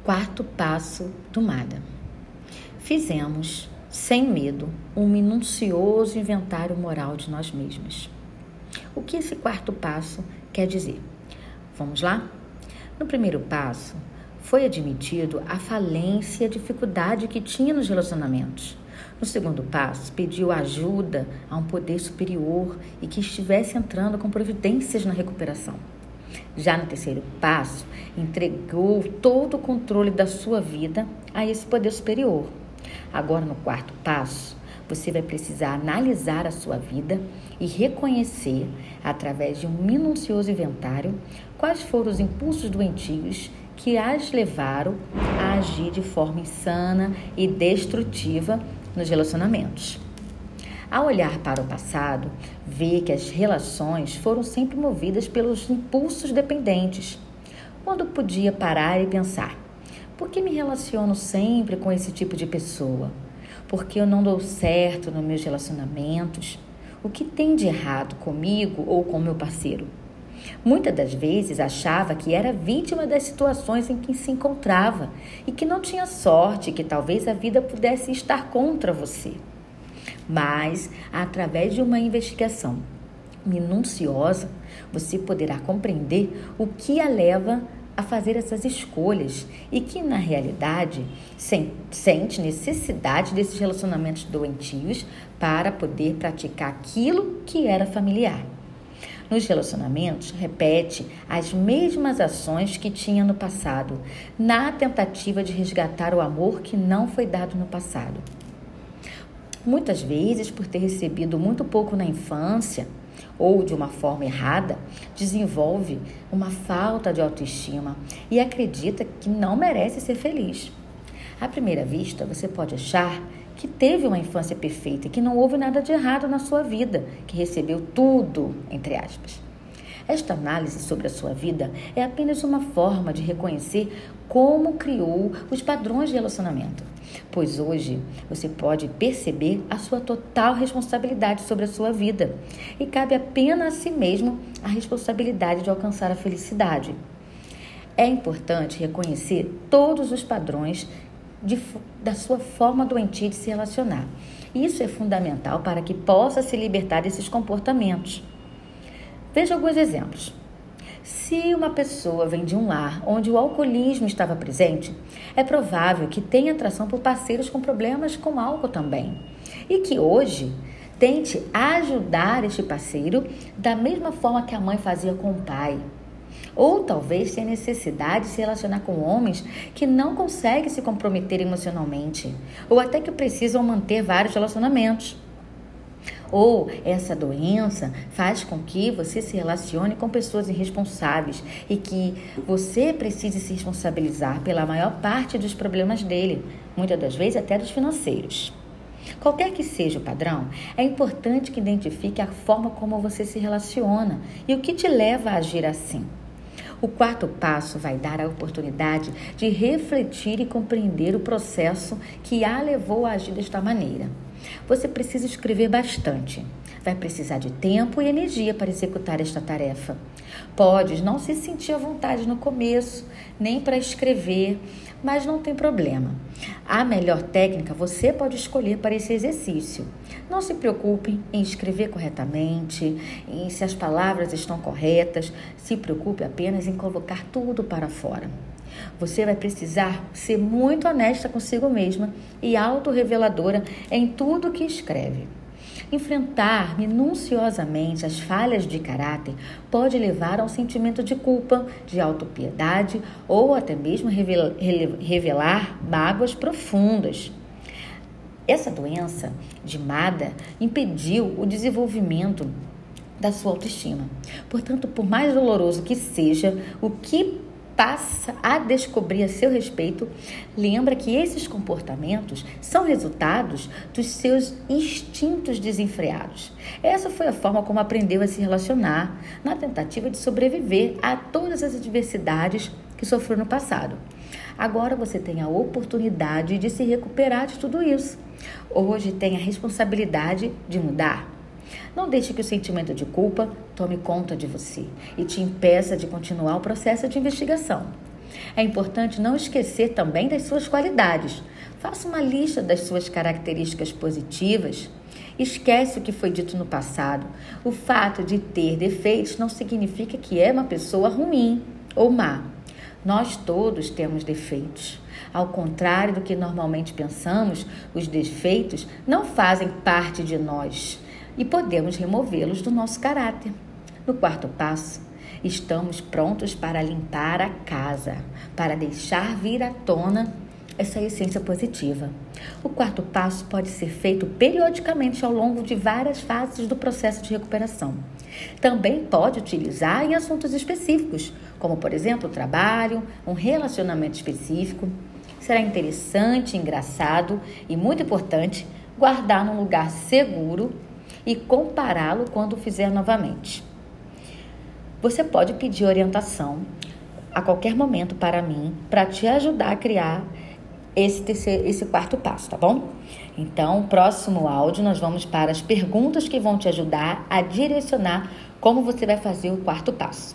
Quarto passo do MADA. Fizemos, sem medo, um minucioso inventário moral de nós mesmos. O que esse quarto passo quer dizer? Vamos lá? No primeiro passo, foi admitido a falência e a dificuldade que tinha nos relacionamentos. No segundo passo, pediu ajuda a um poder superior e que estivesse entrando com providências na recuperação. Já no terceiro passo, entregou todo o controle da sua vida a esse poder superior. Agora, no quarto passo, você vai precisar analisar a sua vida e reconhecer, através de um minucioso inventário, quais foram os impulsos doentios que as levaram a agir de forma insana e destrutiva nos relacionamentos. Ao olhar para o passado, vê que as relações foram sempre movidas pelos impulsos dependentes. Quando podia parar e pensar: por que me relaciono sempre com esse tipo de pessoa? Por que eu não dou certo nos meus relacionamentos? O que tem de errado comigo ou com meu parceiro? Muitas das vezes achava que era vítima das situações em que se encontrava e que não tinha sorte, que talvez a vida pudesse estar contra você. Mas, através de uma investigação minuciosa, você poderá compreender o que a leva a fazer essas escolhas e que, na realidade, sente necessidade desses relacionamentos doentios para poder praticar aquilo que era familiar. Nos relacionamentos, repete as mesmas ações que tinha no passado, na tentativa de resgatar o amor que não foi dado no passado. Muitas vezes, por ter recebido muito pouco na infância ou de uma forma errada, desenvolve uma falta de autoestima e acredita que não merece ser feliz. À primeira vista, você pode achar que teve uma infância perfeita e que não houve nada de errado na sua vida, que recebeu tudo, entre aspas. Esta análise sobre a sua vida é apenas uma forma de reconhecer como criou os padrões de relacionamento, pois hoje você pode perceber a sua total responsabilidade sobre a sua vida e cabe apenas a si mesmo a responsabilidade de alcançar a felicidade. É importante reconhecer todos os padrões da sua forma doentia de se relacionar. Isso é fundamental para que possa se libertar desses comportamentos. Veja alguns exemplos. Se uma pessoa vem de um lar onde o alcoolismo estava presente, é provável que tenha atração por parceiros com problemas com álcool também. E que hoje tente ajudar este parceiro da mesma forma que a mãe fazia com o pai. Ou talvez tenha necessidade de se relacionar com homens que não conseguem se comprometer emocionalmente, ou até que precisam manter vários relacionamentos. Ou essa doença faz com que você se relacione com pessoas irresponsáveis e que você precise se responsabilizar pela maior parte dos problemas dele, muitas das vezes até dos financeiros. Qualquer que seja o padrão, é importante que identifique a forma como você se relaciona e o que te leva a agir assim. O quarto passo vai dar a oportunidade de refletir e compreender o processo que a levou a agir desta maneira. Você precisa escrever bastante. Vai precisar de tempo e energia para executar esta tarefa. Pode não se sentir à vontade no começo, nem para escrever, mas não tem problema. A melhor técnica você pode escolher para esse exercício. Não se preocupe em escrever corretamente, em se as palavras estão corretas. Se preocupe apenas em colocar tudo para fora. Você vai precisar ser muito honesta consigo mesma e autorreveladora em tudo que escreve. Enfrentar minuciosamente as falhas de caráter pode levar a um sentimento de culpa, de autopiedade ou até mesmo revelar mágoas profundas. Essa doença de MADA impediu o desenvolvimento da sua autoestima. Portanto, por mais doloroso que seja, o que passa a descobrir a seu respeito, lembra que esses comportamentos são resultados dos seus instintos desenfreados. Essa foi a forma como aprendeu a se relacionar na tentativa de sobreviver a todas as adversidades que sofreu no passado. Agora você tem a oportunidade de se recuperar de tudo isso. Hoje tem a responsabilidade de mudar. Não deixe que o sentimento de culpa tome conta de você e te impeça de continuar o processo de investigação. É importante não esquecer também das suas qualidades. Faça uma lista das suas características positivas. Esquece o que foi dito no passado. O fato de ter defeitos não significa que é uma pessoa ruim ou má. Nós todos temos defeitos. Ao contrário do que normalmente pensamos, os defeitos não fazem parte de nós e podemos removê-los do nosso caráter. No quarto passo, estamos prontos para limpar a casa, para deixar vir à tona essa essência positiva. O quarto passo pode ser feito periodicamente ao longo de várias fases do processo de recuperação. Também pode utilizar em assuntos específicos, como, por exemplo, o trabalho, um relacionamento específico. Será interessante, engraçado e muito importante guardar num lugar seguro e compará-lo quando o fizer novamente. Você pode pedir orientação a qualquer momento para mim, para te ajudar a criar esse quarto passo, tá bom? Então, próximo áudio, nós vamos para as perguntas que vão te ajudar a direcionar como você vai fazer o quarto passo.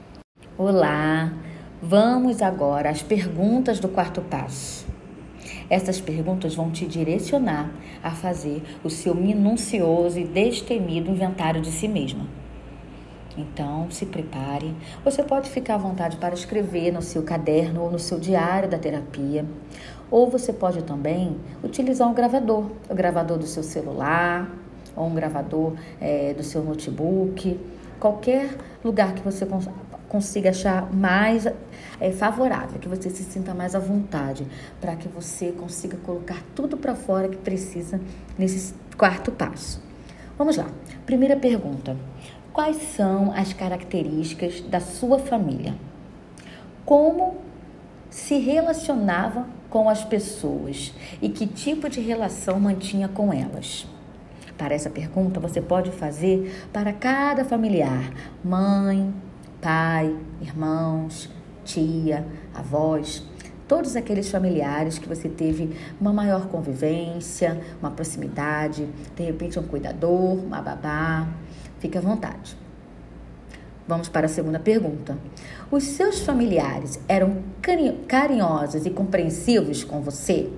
Olá! Vamos agora às perguntas do quarto passo. Essas perguntas vão te direcionar a fazer o seu minucioso e destemido inventário de si mesma. Então, se prepare. Você pode ficar à vontade para escrever no seu caderno ou no seu diário da terapia. Ou você pode também utilizar o gravador do seu celular, ou um gravador do seu notebook, qualquer lugar que você consiga achar mais favorável, que você se sinta mais à vontade, para que você consiga colocar tudo para fora que precisa nesse quarto passo. Vamos lá. Primeira pergunta. Quais são as características da sua família? Como se relacionava com as pessoas e que tipo de relação mantinha com elas? Para essa pergunta, você pode fazer para cada familiar: mãe, pai, irmãos, tia, avós, todos aqueles familiares que você teve uma maior convivência, uma proximidade, de repente um cuidador, uma babá. Fique à vontade. Vamos para a segunda pergunta. Os seus familiares eram carinhosos e compreensivos com você?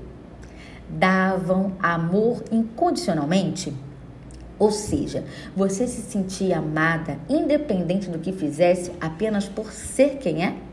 Davam amor incondicionalmente? Ou seja, você se sentia amada independente do que fizesse apenas por ser quem é?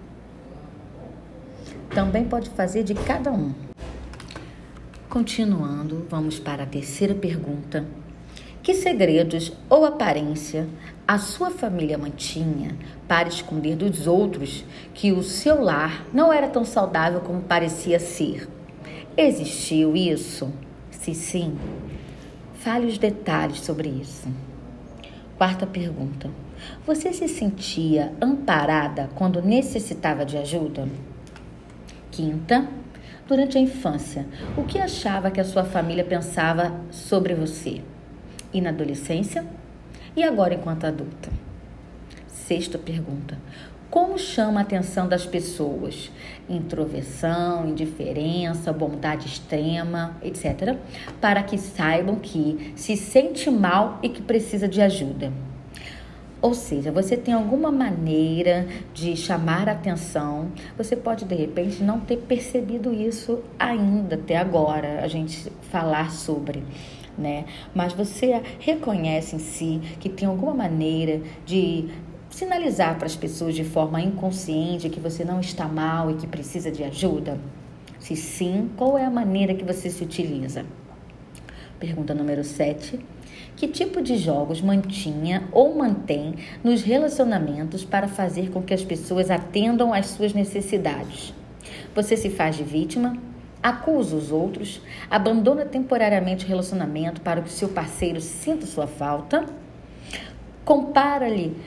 Também pode fazer de cada um. Continuando, vamos para a terceira pergunta. Que segredos ou aparência a sua família mantinha para esconder dos outros que o seu lar não era tão saudável como parecia ser? Existiu isso? Se sim, fale os detalhes sobre isso. Quarta pergunta. Você se sentia amparada quando necessitava de ajuda? Quinta. Durante a infância, o que achava que a sua família pensava sobre você? E na adolescência? E agora enquanto adulta? Sexta pergunta. Como chama a atenção das pessoas? Introversão, indiferença, bondade extrema, etc. Para que saibam que se sente mal e que precisa de ajuda. Ou seja, você tem alguma maneira de chamar a atenção. Você pode, de repente, não ter percebido isso ainda, até agora, a gente falar sobre, né? Mas você reconhece em si que tem alguma maneira de sinalizar para as pessoas de forma inconsciente que você não está mal e que precisa de ajuda? Se sim, qual é a maneira que você se utiliza? Pergunta número 7. Que tipo de jogos mantinha ou mantém nos relacionamentos para fazer com que as pessoas atendam às suas necessidades? Você se faz de vítima? Acusa os outros? Abandona temporariamente o relacionamento para que o seu parceiro sinta sua falta? Compra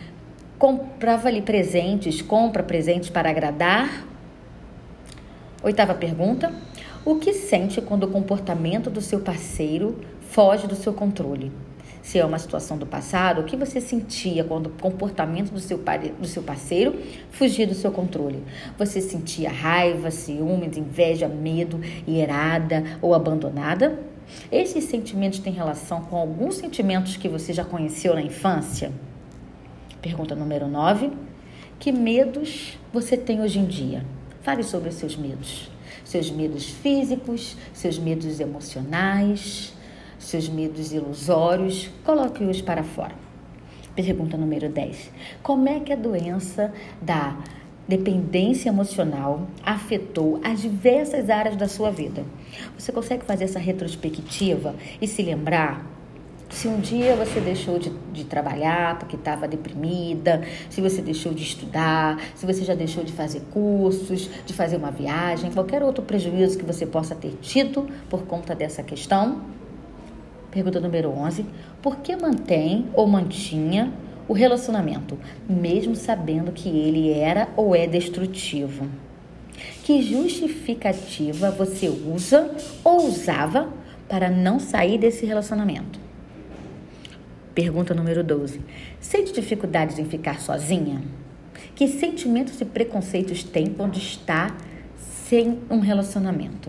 presentes para agradar? Oitava pergunta. O que sente quando o comportamento do seu parceiro foge do seu controle? Se é uma situação do passado, o que você sentia quando o comportamento do seu parceiro fugia do seu controle? Você sentia raiva, ciúmes, inveja, medo, irada ou abandonada? Esses sentimentos têm relação com alguns sentimentos que você já conheceu na infância? Pergunta número 9. Que medos você tem hoje em dia? Fale sobre os seus medos físicos, seus medos emocionais, seus medos ilusórios. Coloque-os para fora. Pergunta número 10. Como é que a doença da dependência emocional afetou as diversas áreas da sua vida? Você consegue fazer essa retrospectiva e se lembrar se um dia você deixou de trabalhar porque estava deprimida, se você deixou de estudar, se você já deixou de fazer cursos, de fazer uma viagem, qualquer outro prejuízo que você possa ter tido por conta dessa questão? Pergunta número 11. Por que mantém ou mantinha o relacionamento, mesmo sabendo que ele era ou é destrutivo? Que justificativa você usa ou usava para não sair desse relacionamento? Pergunta número 12. Sente dificuldades em ficar sozinha? Que sentimentos e preconceitos tem quando está sem um relacionamento?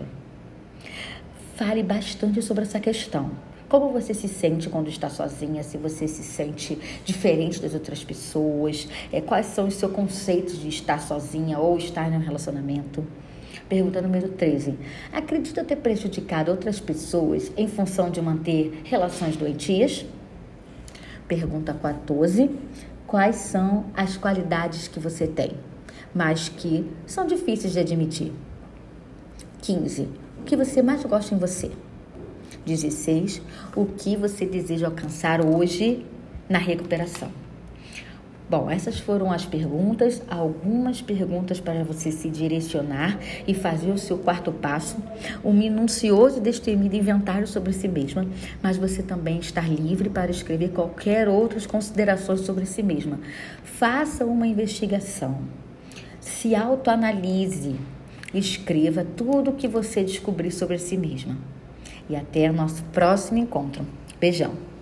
Fale bastante sobre essa questão. Como você se sente quando está sozinha? Se você se sente diferente das outras pessoas? Quais são os seus conceitos de estar sozinha ou estar em um relacionamento? Pergunta número 13. Acredita ter prejudicado outras pessoas em função de manter relações doentias? Pergunta 14. Quais são as qualidades que você tem, mas que são difíceis de admitir? 15. O que você mais gosta em você? 16. O que você deseja alcançar hoje na recuperação? Bom, essas foram as perguntas, algumas perguntas para você se direcionar e fazer o seu quarto passo, um minucioso e destemido inventário sobre si mesma, mas você também está livre para escrever qualquer outras considerações sobre si mesma. Faça uma investigação, se autoanalise, escreva tudo o que você descobrir sobre si mesma. E até o nosso próximo encontro. Beijão!